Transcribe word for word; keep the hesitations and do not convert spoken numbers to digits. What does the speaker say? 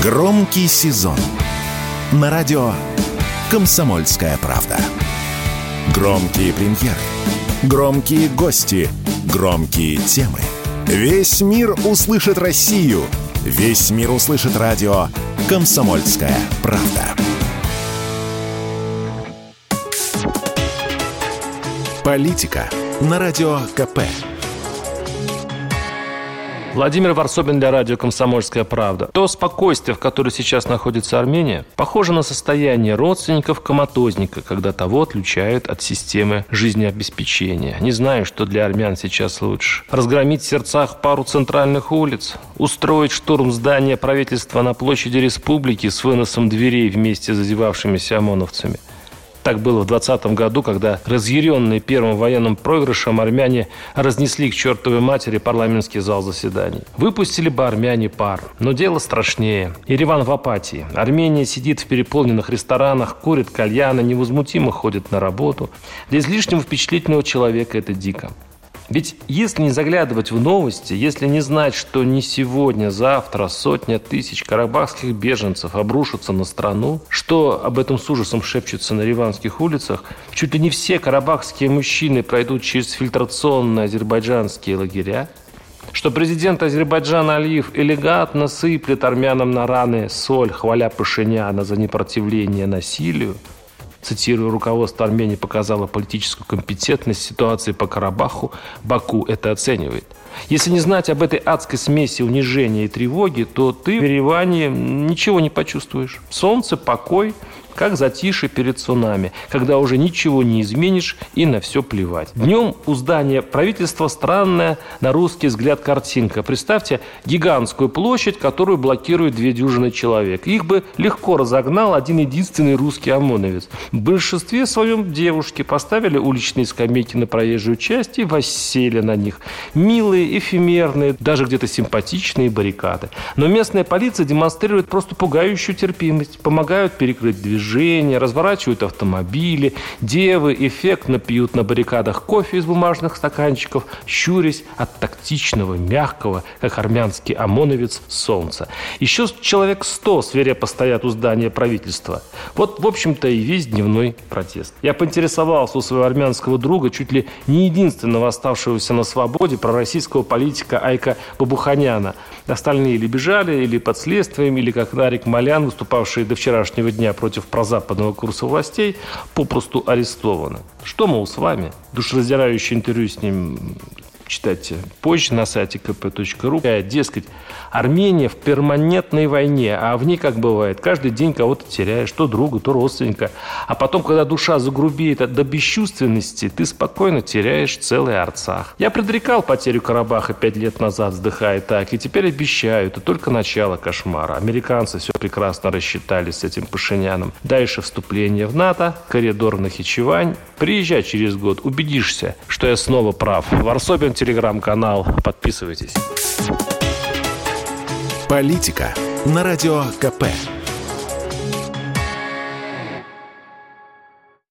Громкий сезон на радио «Комсомольская правда». Громкие премьеры, громкие гости, громкие темы. Весь мир услышит Россию. Весь мир услышит радио «Комсомольская правда». Политика на радио ка пэ. Владимир Варсобин для радио «Комсомольская правда». То спокойствие, в котором сейчас находится Армения, похоже на состояние родственников коматозника, когда того отлучают от системы жизнеобеспечения. Не знаю, что для армян сейчас лучше. Разгромить в сердцах пару центральных улиц, устроить штурм здания правительства на площади Республики с выносом дверей вместе с зазевавшимися ОМОНовцами. Так было в двадцатом году, когда разъяренные первым военным проигрышем армяне разнесли к чертовой матери парламентский зал заседаний. Выпустили бы армяне пар. Но дело страшнее. Ереван в апатии. Армения сидит в переполненных ресторанах, курит кальяны, невозмутимо ходит на работу. Для излишнего впечатлительного человека это дико. Ведь если не заглядывать в новости, если не знать, что не сегодня, завтра сотня тысяч карабахских беженцев обрушатся на страну, что об этом с ужасом шепчется на ереванских улицах, чуть ли не все карабахские мужчины пройдут через фильтрационные азербайджанские лагеря, что президент Азербайджана Алиев элегантно сыплет армянам на раны соль, хваля Пашиняна за непротивление насилию, цитирую, руководство Армении показало политическую компетентность ситуации по Карабаху, Баку это оценивает. Если не знать об этой адской смеси унижения и тревоги, то ты в Ереване ничего не почувствуешь. Солнце, покой, как затишье перед цунами, когда уже ничего не изменишь и на все плевать. Днем у здания правительства странная, на русский взгляд, картинка. Представьте гигантскую площадь, которую блокируют две дюжины человек. Их бы легко разогнал один единственный русский ОМОНовец. В большинстве своем девушки поставили уличные скамейки на проезжую часть и воссели на них. Милые, эфемерные, даже где-то симпатичные баррикады. Но местная полиция демонстрирует просто пугающую терпимость. Помогают перекрыть движение. Разворачивают автомобили, девы эффектно пьют на баррикадах кофе из бумажных стаканчиков, щурясь от тактичного, мягкого, как армянский ОМОНовец, солнца. Еще человек сто свирепо стоят у здания правительства. Вот, в общем-то, и весь дневной протест. Я поинтересовался у своего армянского друга, чуть ли не единственного оставшегося на свободе, пророссийского политика Айка Бабуханяна. Остальные или бежали, или под следствием, или как Нарик Малян, выступавший до вчерашнего дня против прозападного курса властей, попросту арестованы. Что, мол, с вами? Душераздирающее интервью с ним читайте позже на сайте ка пэ точка ру. Дескать, Армения в перманентной войне, а в ней, как бывает, каждый день кого-то теряешь, то друга, то родственника. А потом, когда душа загрубеет до бесчувственности, ты спокойно теряешь целый Арцах. Я предрекал потерю Карабаха пять лет назад, вздыхая так, и теперь обещаю, это только начало кошмара. Американцы все прекрасно рассчитали с этим Пашиняном. Дальше вступление в НАТО, коридор Нахичевань. Приезжай через год, убедишься, что я снова прав. Варсобин, телеграм-канал. Подписывайтесь. Политика на радио ка пэ.